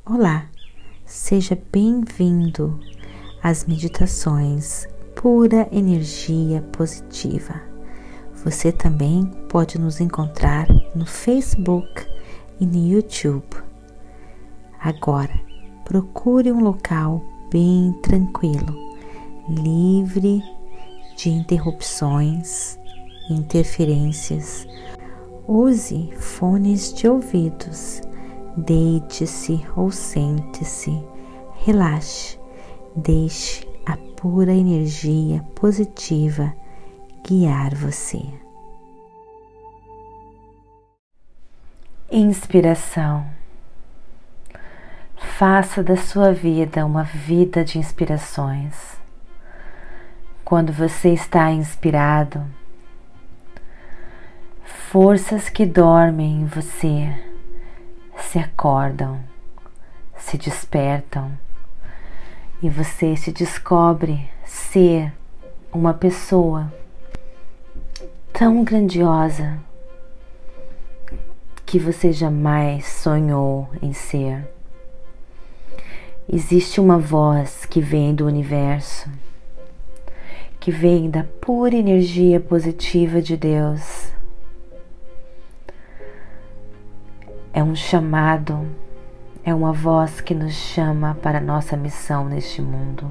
Olá, seja bem-vindo às meditações Pura Energia Positiva. Você também pode nos encontrar no Facebook e no YouTube. Agora, procure um local bem tranquilo, livre de interrupções e interferências. Use fones de ouvidos. Deite-se ou sente-se, relaxe, deixe a pura energia positiva guiar você. Inspiração. Faça da sua vida uma vida de inspirações. Quando você está inspirado, forças que dormem em você se acordam, se despertam e você se descobre ser uma pessoa tão grandiosa que você jamais sonhou em ser. Existe uma voz que vem do universo, que vem da pura energia positiva de Deus. É um chamado, é uma voz que nos chama para a nossa missão neste mundo.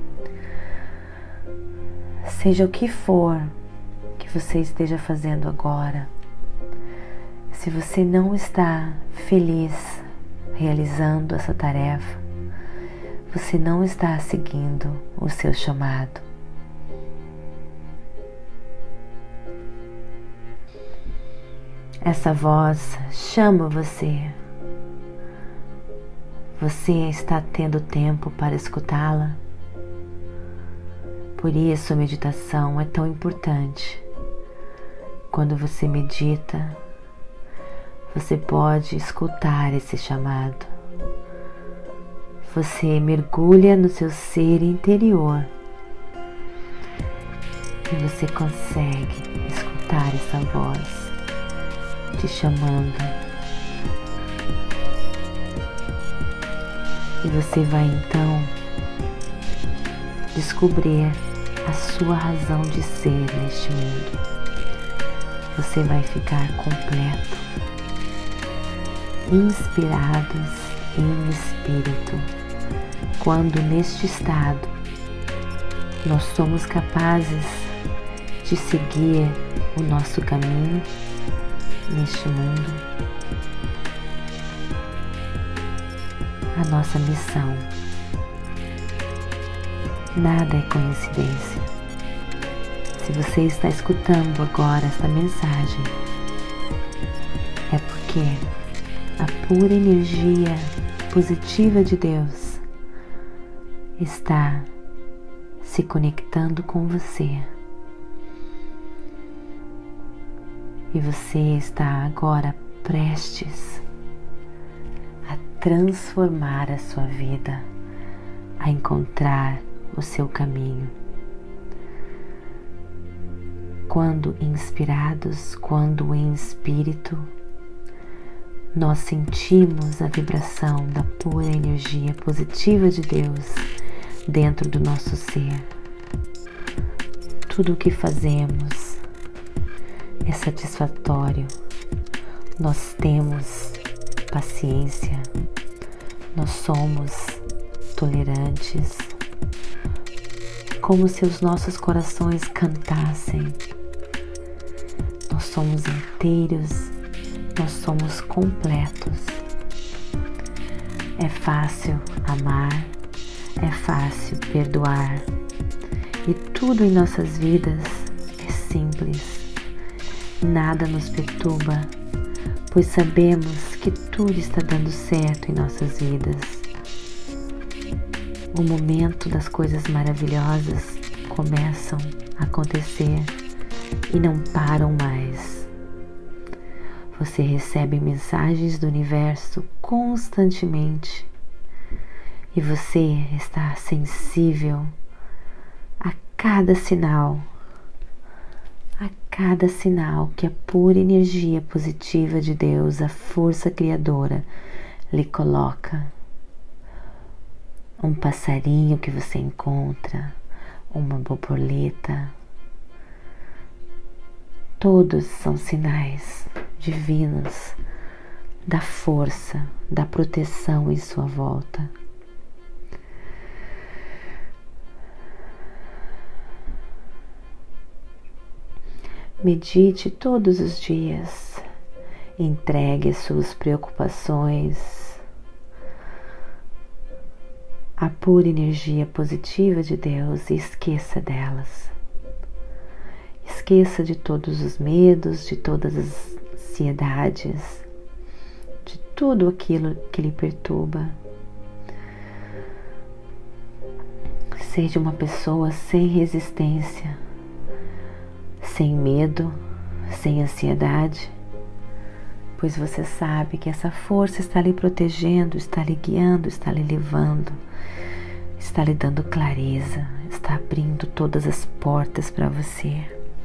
Seja o que for que você esteja fazendo agora, se você não está feliz realizando essa tarefa, você não está seguindo o seu chamado. Essa voz chama você. Você está tendo tempo para escutá-la? Por isso a meditação é tão importante. Quando você medita, você pode escutar esse chamado. Você mergulha no seu ser interior e você consegue escutar essa voz te chamando, e você vai então descobrir a sua razão de ser neste mundo. Você vai ficar completo, inspirados em espírito, quando neste estado nós somos capazes de seguir o nosso caminho neste mundo, a nossa missão. Nada é coincidência. Se você está escutando agora esta mensagem, é porque a pura energia positiva de Deus está se conectando com você. E você está agora prestes a transformar a sua vida, a encontrar o seu caminho. Quando inspirados, quando em espírito, nós sentimos a vibração da pura energia positiva de Deus dentro do nosso ser. Tudo o que fazemos é satisfatório. Nós temos paciência, nós somos tolerantes, como se os nossos corações cantassem. Nós somos inteiros, nós somos completos. É fácil amar, é fácil perdoar, e tudo em nossas vidas é simples. Nada nos perturba, pois sabemos que tudo está dando certo em nossas vidas. O momento das coisas maravilhosas começam a acontecer e não param mais. Você recebe mensagens do universo constantemente e você está sensível a cada sinal que a pura energia positiva de Deus, a força criadora, lhe coloca um passarinho que você encontra, uma borboleta. Todos são sinais divinos da força, da proteção em sua volta. Medite todos os dias, entregue as suas preocupações à pura energia positiva de Deus e esqueça delas. Esqueça de todos os medos, de todas as ansiedades, de tudo aquilo que lhe perturba. Seja uma pessoa sem resistência, sem medo, sem ansiedade, pois você sabe que essa força está lhe protegendo, está lhe guiando, está lhe levando, está lhe dando clareza, está abrindo todas as portas para você.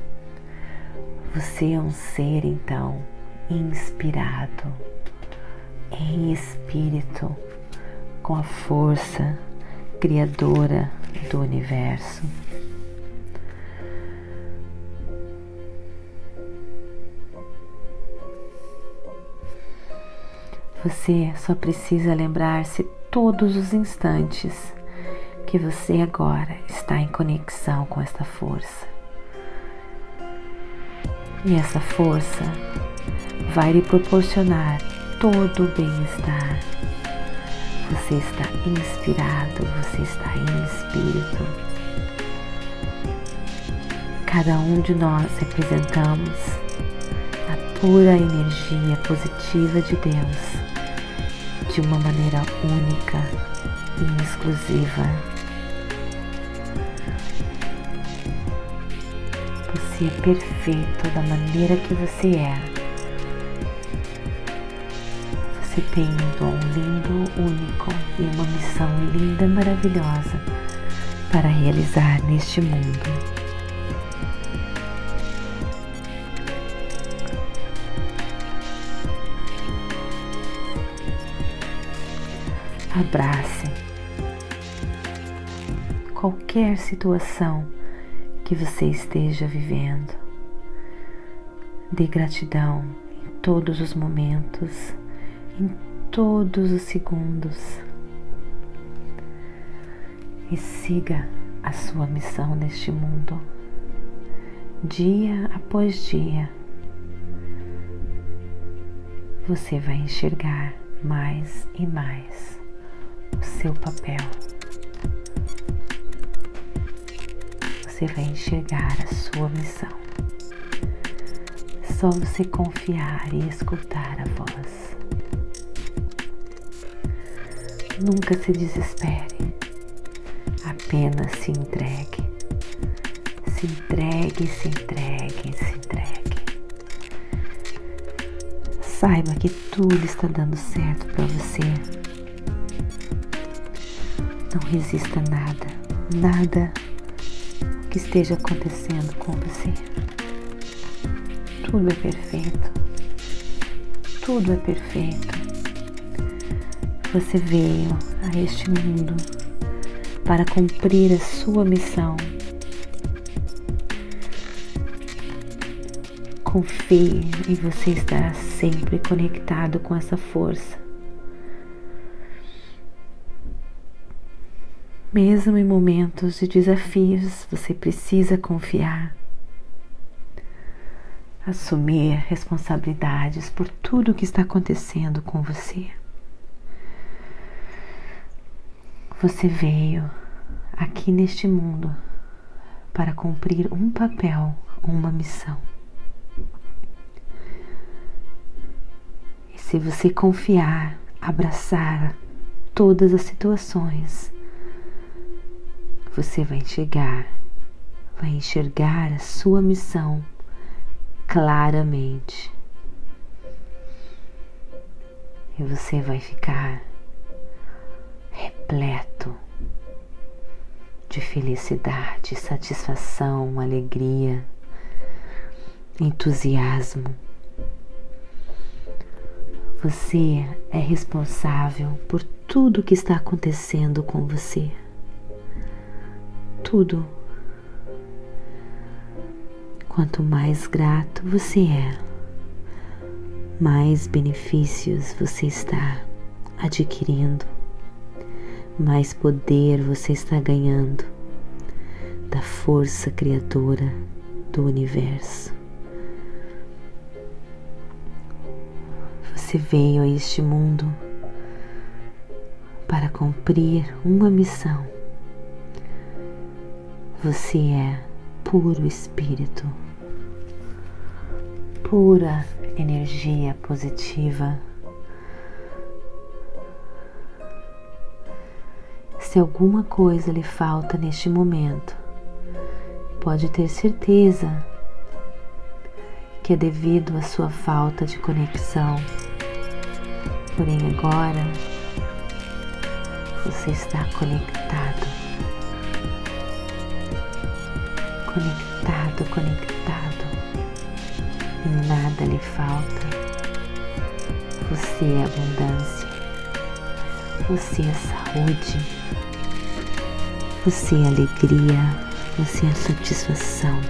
Você é um ser, então, inspirado em espírito, com a força criadora do universo. Você só precisa lembrar-se todos os instantes que você agora está em conexão com essa força. E essa força vai lhe proporcionar todo o bem-estar. Você está inspirado, você está em espírito. Cada um de nós representamos a pura energia positiva de Deus de uma maneira única e exclusiva. Você é perfeito da maneira que você é. Você tem um dom lindo, único e uma missão linda, maravilhosa para realizar neste mundo. Abrace qualquer situação que você esteja vivendo. Dê gratidão em todos os momentos, em todos os segundos. E siga a sua missão neste mundo, dia após dia. Você vai enxergar mais e mais o seu papel. Você vai enxergar a sua missão. É só você confiar e escutar a voz. Nunca se desespere. Apenas se entregue. Se entregue, se entregue, se entregue. Saiba que tudo está dando certo para você. Não resista a nada, nada que esteja acontecendo com você. Tudo é perfeito. Tudo é perfeito. Você veio a este mundo para cumprir a sua missão. Confie e você estará sempre conectado com essa força. Mesmo em momentos de desafios, você precisa confiar. Assumir responsabilidades por tudo o que está acontecendo com você. Você veio aqui neste mundo para cumprir um papel, uma missão. E se você confiar, abraçar todas as situações, você vai enxergar a sua missão claramente. E você vai ficar repleto de felicidade, satisfação, alegria, entusiasmo. Você é responsável por tudo que está acontecendo com você. Tudo. Quanto mais grato você é, mais benefícios você está adquirindo, mais poder você está ganhando da força criadora do universo. Você veio a este mundo para cumprir uma missão. Você é puro espírito, pura energia positiva. Se alguma coisa lhe falta neste momento, pode ter certeza que é devido à sua falta de conexão. Porém, agora você está conectado, e nada lhe falta. Você é abundância, você é saúde, você é alegria, você é satisfação.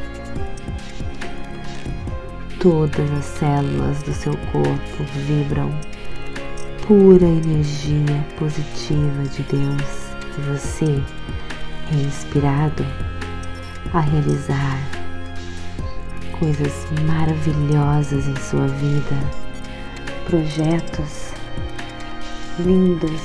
Todas as células do seu corpo vibram pura energia positiva de Deus, e você é inspirado a realizar coisas maravilhosas em sua vida, projetos lindos,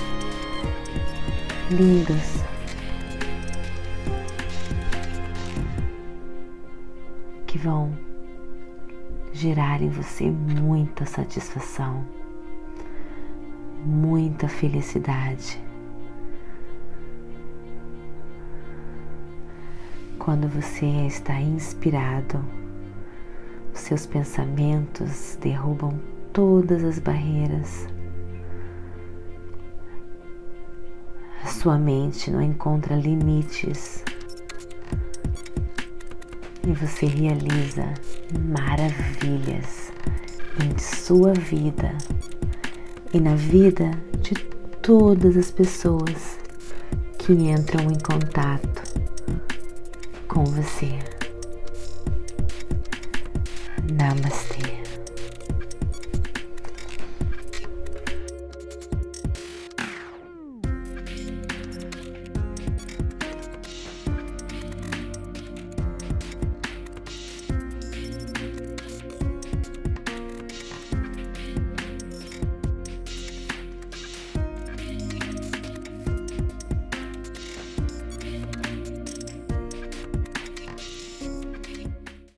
que vão gerar em você muita satisfação, muita felicidade. Quando você está inspirado, os seus pensamentos derrubam todas as barreiras. A sua mente não encontra limites e você realiza maravilhas em sua vida e na vida de todas as pessoas que entram em contato com você. Namastê.